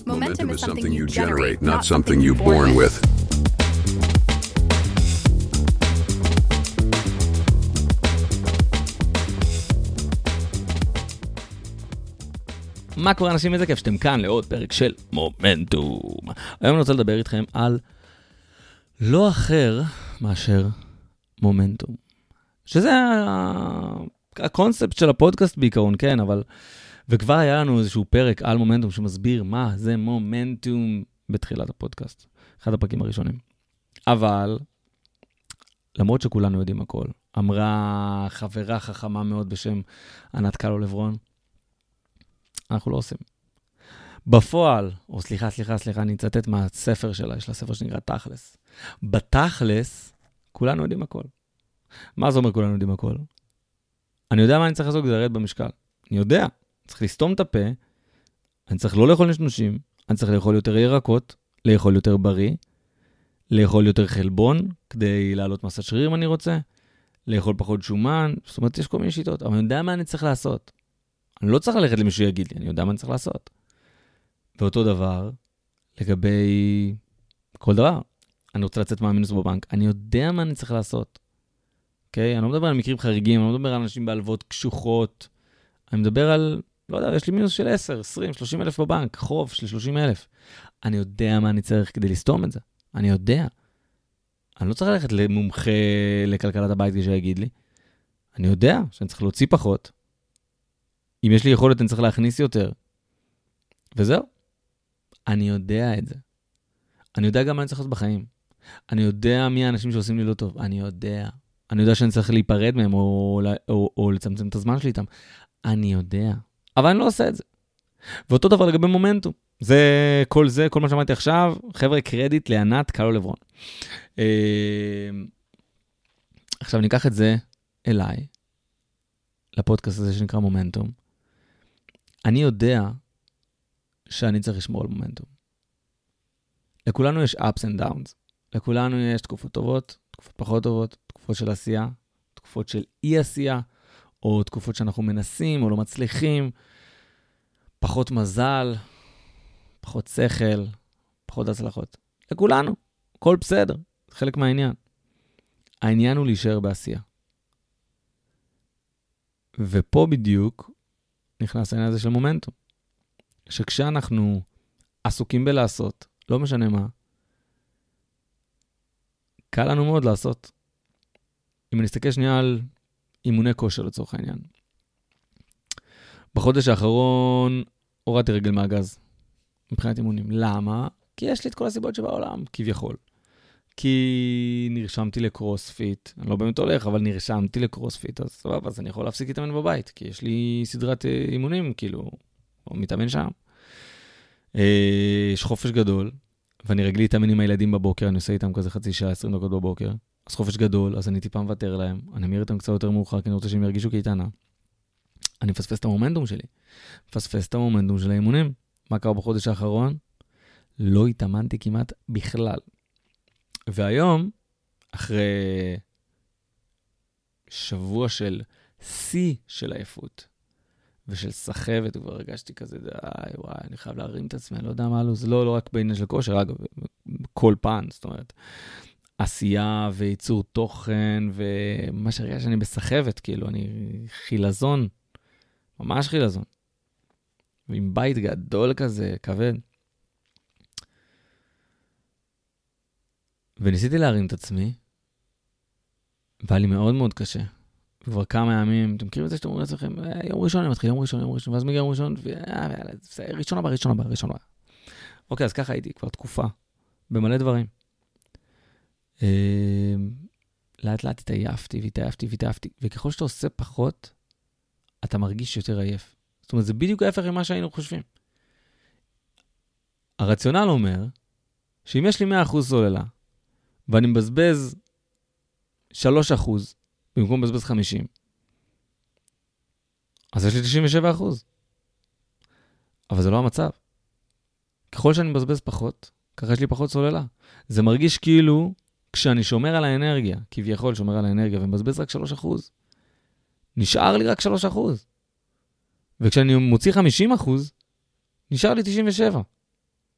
Momentum is something you generate, not something you're born with. מה קורה אנשים? איזה כיף שאתם כאן לעוד פרק של מומנטום. היום אני רוצה לדבר איתכם על לא אחר מאשר מומנטום. שזה הקונספט של הפודקאסט בעיקרון, כן, אבל... וכבר היה לנו איזשהו פרק על מומנטום שמסביר מה זה מומנטום בתחילת הפודקאסט. אחד הפרקים הראשונים. אבל, למרות שכולנו יודעים הכל, אמרה חברה חכמה מאוד בשם ענת קלו לברון, אנחנו לא עושים. בפועל, או סליחה, אני אצטט מהספר שלה, יש לה ספר שנקרא תכלס. בתכלס, כולנו יודעים הכל. מה זה אומר כולנו יודעים הכל? אני יודע מה אני צריך לעשות כדי לרדת במשקל. אני יודע. צריך לסתום את הפה, אני צריך לא לאכול נשנושים, אני צריך לאכול יותר ירקות, לאכול יותר בריא, לאכול יותר חלבון, כדי לעלות מסת שריר אם אני רוצה, לאכול פחות שומן, זאת אומרת, יש כל מיני שיטות, אבל אני יודע מה אני צריך לעשות. אני לא צריך ללכת למישהו יגיד לי, אני יודע מה אני צריך לעשות. ואותו דבר, לגבי כל דבר, אני רוצה לצאת מהמינוס בבנק, אני יודע מה אני צריך לעשות. אוקיי? אני לא מדבר על מקרים חריגים, אני לא מדבר על אנשים בהלוואות קשוחות, אני מדבר על, לא יודע, יש לי מינוס של 10, 20, 30 אלף בבנק, חוב של 30 אלף. אני יודע מה אני צריך כדי לסתום את זה. אני יודע. אני לא צריך ללכת למומחה לכלכלת הבית כדי שיגיד לי. אני יודע שאני צריך להוציא פחות. אם יש לי יכולת, אני צריך להכניס יותר. וזהו. אני יודע את זה. אני יודע גם מה אני צריך לעשות בחיים. אני יודע מי האנשים שעושים לי לא טוב. אני יודע. אני יודע שאני צריך להיפרד מהם או לצמצם את הזמן שלי איתם. אני יודע. אבל אני לא עושה את זה. ואותו דבר לגבי מומנטום. כל מה שאמרתי עכשיו, חבר'ה, קרדיט לענת קלו לברון. עכשיו ניקח את זה אליי, לפודקאסט הזה שנקרא מומנטום. אני יודע שאני צריך לשמור על מומנטום. לכולנו יש ups and downs. לכולנו יש תקופות טובות, תקופות פחות טובות, תקופות של עשייה, תקופות של אי עשייה, או תקופות שאנחנו מנסים או לא מצליחים, פחות מזל, פחות שכל, פחות הצלחות. לכולנו, הכל בסדר, זה חלק מהעניין. העניין הוא להישאר בעשייה. ופה בדיוק נכנס העניין הזה של מומנטום. שכשאנחנו עסוקים בלעשות, לא משנה מה, קל לנו מאוד לעשות. אם נסתכל שנייה על אימוני כושר לצורך העניין. בחודש האחרון הורדתי רגל מהגז מבחינת אימונים. למה? כי יש לי את כל הסיבות שבעולם, כביכול. כי נרשמתי לקרוספיט, אני לא באמת הולך, אבל נרשמתי לקרוספיט, אז סבבה, אז אני יכול להפסיק להתאמן בבית, כי יש לי סדרת אימונים, כאילו, או מתאמן שם. יש חופש גדול, ואני רגלי להתאמן עם הילדים בבוקר, אני עושה איתם כזה חצי שעה, 20 דקות בבוקר. אז חופש גדול, אז אני טיפה מוותר להם, אני אמיר איתם קצת יותר מאוחר, כי אני רוצה שהם ירגישו כאיתנה. אני מפספס את המומנטום שלי. מפספס את המומנטום של האימונים. מה קרה בחודש האחרון? לא התאמנתי כמעט בכלל. והיום, אחרי שבוע של שיא של עייפות, ושל סחבת, כבר הרגשתי כזה, וואי, אני חייב להרים את עצמי, אני לא יודע מה לו, זה לא רק בעניין של כושר, אגב, כל פעם, זאת אומרת, עשייה וייצור תוכן, ומה שהרגע שאני בסחבת, כאילו, אני חילזון, ממש חילזון. ועם בית גדול כזה, כבד. וניסיתי להרים את עצמי, והיה לי מאוד מאוד קשה. וכבר כמה ימים, אתם מכירים את זה שאתם אומרים לעצמכם, יום ראשון אני מתחיל, יום ראשון, ואז מגיע יום ראשון, ראשון הבא. אוקיי, אז ככה הייתי כבר תקופה, במלא דברים. לאט לאט התעייפתי, וככל שאתה עושה פחות, אתה מרגיש יותר עייף. זאת אומרת, זה בדיוק ההפך ממה שהיינו חושבים. הרציונל אומר, שאם יש לי 100% סוללה, ואני מבזבז 3%, במקום מבזבז 50, אז יש לי 97%. אבל זה לא המצב. ככל שאני מבזבז פחות, ככה יש לי פחות סוללה. זה מרגיש כאילו, כשאני שומר על האנרגיה, כביכול שומר על האנרגיה, ומבזבז רק 3%, נשאר לי רק 3%. וכשאני מוציא 50%, נשאר לי 97%.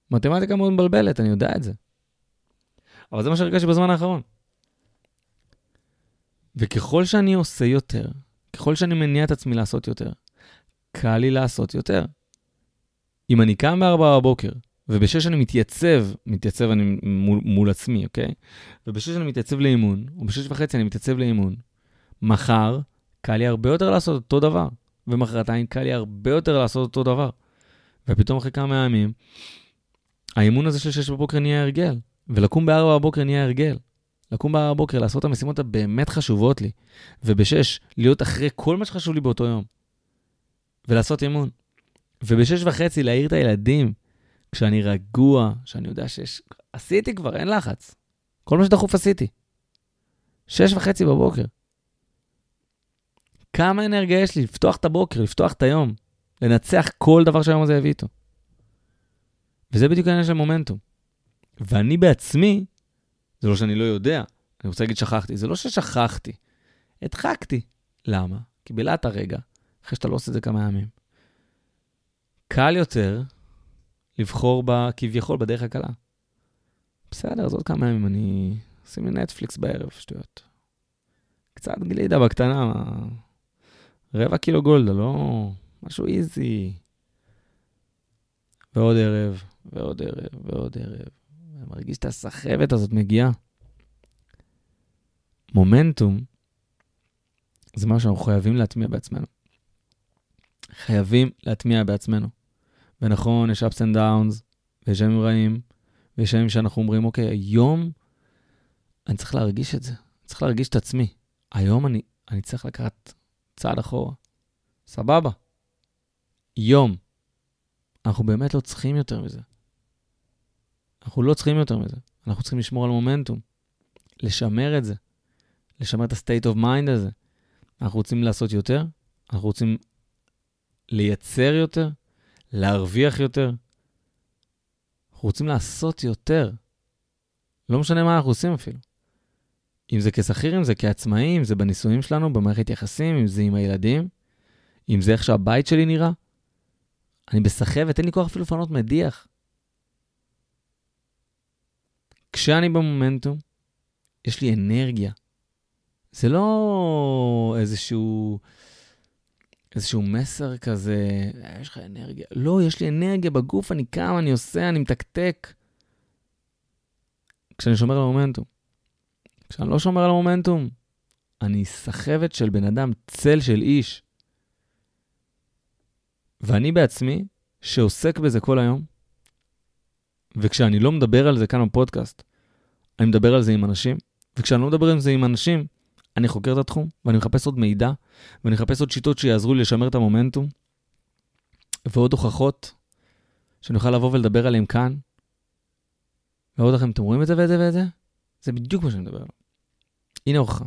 מתמטיקה מאוד מבלבלת, אני יודע את זה. אבל זה מה שהרגשתי בזמן האחרון. וככל שאני עושה יותר, ככל שאני מניע את עצמי לעשות יותר, קל לי לעשות יותר. אם אני קם ב4 בבוקר, וב6 אני מתייצב אני מול עצמי, אוקיי? וב6 אני מתייצב לאימון, וב6:30 אני מתייצב לאימון. מחר, קל לי הרבה יותר לעשות אותו דבר. ומחרתיים קל לי הרבה יותר לעשות אותו דבר. ופתאום אחרי כמה ימים, האימון הזה של 6 בבוקר נהיה הרגל. ולקום ב4 בבוקר נהיה הרגל. לקום ב4 בבוקר, לעשות את המשימות הבאמת חשובות לי. וב6, להיות אחרי כל מה שחשוב לי באותו יום. ולעשות אימון. וב6:30 להעיר את הילדים, כשאני רגוע, שאני יודע עשיתי כבר, אין לחץ. כל מה שדחוף עשיתי. 6:30 בבוקר. כמה אנרגיה יש לי לפתוח את הבוקר, לפתוח את היום, לנצח כל דבר שהיום הזה הביא איתו. וזה בדיוק העניין של מומנטום. ואני בעצמי, זה לא שאני לא יודע, אני רוצה להגיד שכחתי, זה לא ששכחתי, הדחקתי. למה? כי בלעת הרגע, אחרי שאתה לא עושה את זה כמה ימים. קל יותר לבחור כביכול בדרך הקלה. בסדר, אז עוד כמה ימים אני עושים לי נטפליקס בערב, שטויות. קצת גלידה בקטנה, 4 קילו גולדה, לא משהו איזי. ועוד ערב, ועוד ערב, ועוד ערב. אני מרגיש את הסחבת הזאת מגיעה. מומנטום, זה מה שאנחנו חייבים להטמיע בעצמנו. חייבים להטמיע בעצמנו. ונכון, יש ups and downs, ויש ימים רעים, ויש ימים שאנחנו אומרים, אוקיי, היום אני צריך להרגיש את זה. אני צריך להרגיש את עצמי. היום אני צריך לקחת צעד אחורה. סבבה. יום. אנחנו באמת לא צריכים יותר מזה. אנחנו לא צריכים יותר מזה. אנחנו צריכים לשמור על מומנטום. לשמר את זה. לשמר את ה-state of mind הזה. אנחנו רוצים לעשות יותר. אנחנו רוצים לייצר יותר. להרוויח יותר. אנחנו רוצים לעשות יותר. לא משנה מה אנחנו עושים אפילו. אם זה כשכיר, אם זה כעצמאי, אם זה בניסויים שלנו, במערכת יחסים, אם זה עם הילדים, אם זה איך שהבית שלי נראה. אני בסחבת, אין לי כוח אפילו לפנות מדיח. כשאני במומנטום, יש לי אנרגיה. זה לא איזשהו מסר כזה, יש לך אנרגיה. לא, יש לי אנרגיה בגוף, אני קם, אני עושה, אני מתקתק. כשאני שומר על המומנטום. כשאני לא שומר על המומנטום, אני סחבת של בן אדם, צל של איש. ואני בעצמי, שעוסק בזה כל היום, וכשאני לא מדבר על זה כאן בפודקאסט, אני מדבר על זה עם אנשים, וכשאני לא מדבר על זה עם אנשים, אני חוקר את התחום, ואני מחפש עוד מידע, ואני מחפש עוד שיטות שיעזרו לי לשמר את המומנטום, ועוד הוכחות, שאני אוכל לבוא ולדבר עליהם כאן, ועוד לכם, אתם רואים את זה ואת זה ואת זה? זה בדיוק מה שאני מדבר עליו. הנה הוכחה.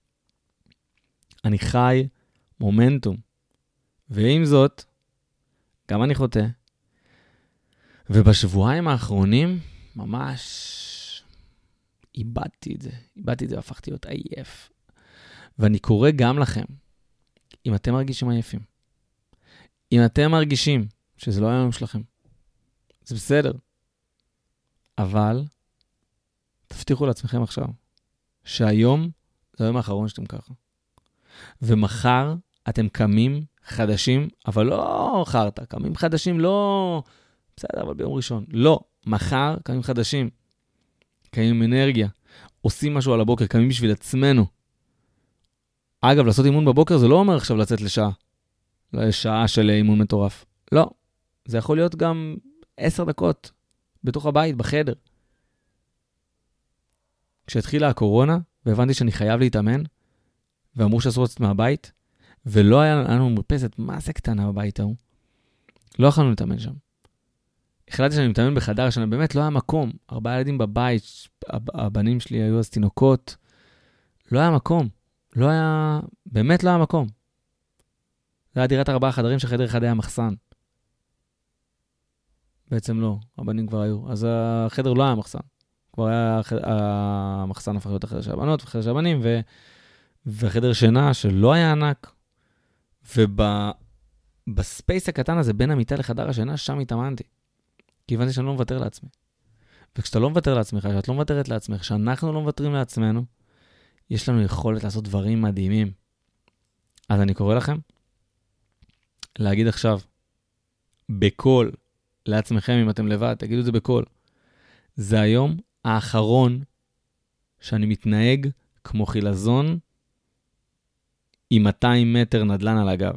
אני חי מומנטום, ועם זאת, גם אני חוטא, ובשבועיים האחרונים, ממש איבדתי את זה, והפכתי להיות עייף. ואני קורא גם לכם, אם אתם מרגישים עייפים, אם אתם מרגישים שזה לא היום שלכם, זה בסדר. אבל, תבטיחו לעצמכם עכשיו, שהיום זה היום האחרון שאתם ככה. ומחר אתם קמים חדשים, אבל לא חרטה, קמים חדשים לא... בסדר, אבל ביום ראשון. לא, מחר קמים חדשים. קמים עם אנרגיה. עושים משהו על הבוקר, קמים בשביל עצמנו. אגב, לעשות אימון בבוקר זה לא אומר עכשיו לצאת לשעה של אימון מטורף. לא. זה יכול להיות גם 10 דקות בתוך הבית, בחדר. כשהתחילה הקורונה, והבנתי שאני חייב להתאמן, ואמרו שאסור לצאת מהבית, ולא היה לנו מרפסת, מה זה קטנה בבית ההוא? לא יכולנו להתאמן שם. החלטתי שאני מתאמן בחדר, שאני באמת לא היה מקום. 4 ילדים בבית, הבנים שלי היו אז תינוקות. לא היה מקום. באמת לא היה מקום. זה היה דירת 4 חדרים, שחדר אחד היה מחסן. בעצם לא, הבנים כבר היו. אז החדר לא היה מחסן. כבר היה, המחסן הפך להיות החדר של הבנות, וחדר של הבנים, וחדר שינה שלא היה ענק. ובספייס הקטן הזה, בין המיטה לחדר השינה, שם התאמנתי. כי הבנתי שאני לא מוותר לעצמי. וכשאתה לא מוותר לעצמך, כשאת לא מוותרת לעצמך, כשאנחנו לא מוותרים לעצמנו, יש לנו יכולת לעשות דברים מדהימים. אז אני קורא לכם להגיד עכשיו, בקול, לעצמכם אם אתם לבד, תגידו את זה בקול. זה היום האחרון שאני מתנהג כמו חילזון עם 200 מטר נדלן על הגב.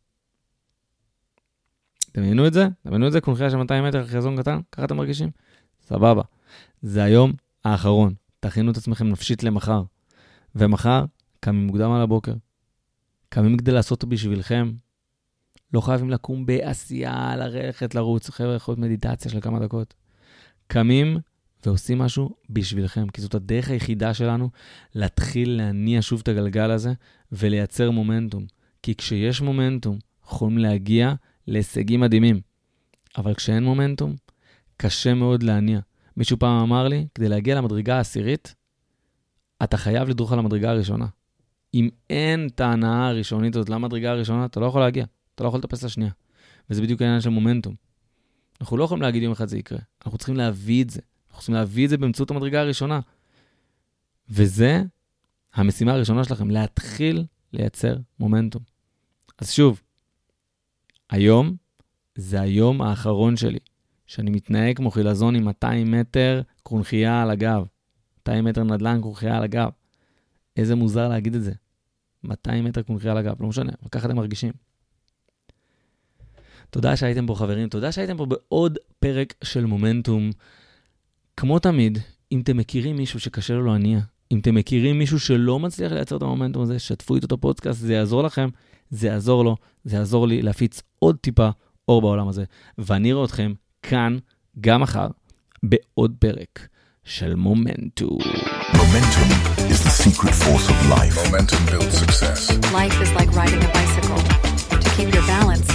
דמיינו את זה? דמיינו את זה? קונחייה של 200 מטר חילזון קטן? ככה אתם מרגישים? סבבה. זה היום האחרון. תכינו את עצמכם נפשית למחר. ומחר, קמים מוקדם על הבוקר. קמים כדי לעשות בשבילכם. לא חייבים לקום בעשייה, ללכת, לרוץ, חבר'ה, יכולת מדיטציה של כמה דקות. קמים ועושים משהו בשבילכם, כי זאת הדרך היחידה שלנו להתחיל להניע שוב את הגלגל הזה ולייצר מומנטום. כי כשיש מומנטום, יכולים להגיע להישגים מדהימים. אבל כשאין מומנטום, קשה מאוד להניע. מישהו פעם אמר לי, כדי להגיע למדרגה העשירית, אתה חייב לדרוך על המדרגה הראשונה. אם אין את ההנאה הראשונית הזאת למדרגה הראשונה, אתה לא יכול להגיע. אתה לא יכול לטפס לשנייה. וזה בדיוק העניין של מומנטום. אנחנו לא יכולים להגיד יום אחד זה יקרה. אנחנו צריכים להביא את זה. אנחנו צריכים להביא את זה באמצעות המדרגה הראשונה. וזה המשימה הראשונה שלכם, להתחיל לייצר מומנטום. אז שוב, היום זה היום האחרון שלי, שאני מתנהג כמו חילזון עם 200 מטר קונחייה על הגב. 200 מטר נדלן קונחייה על הגב. איזה מוזר להגיד את זה. 200 מטר קונחייה על הגב, לא משנה, אבל ככה אתם מרגישים. תודה שהייתם פה חברים, תודה שהייתם פה בעוד פרק של מומנטום. כמו תמיד, אם אתם מכירים מישהו שקשה לו להניע, אם אתם מכירים מישהו שלא מצליח לייצר את המומנטום הזה, שתפו איתו את הפודקאסט, זה יעזור לכם, זה יעזור לו, זה יעזור לי להפיץ עוד טיפה אור בעולם הזה. ואני רואה אתכם כאן, גם מחר, בעוד פרק של מומנטום. Momentum is the secret force of life. Momentum builds success. Life is like riding a bicycle. To keep your balance,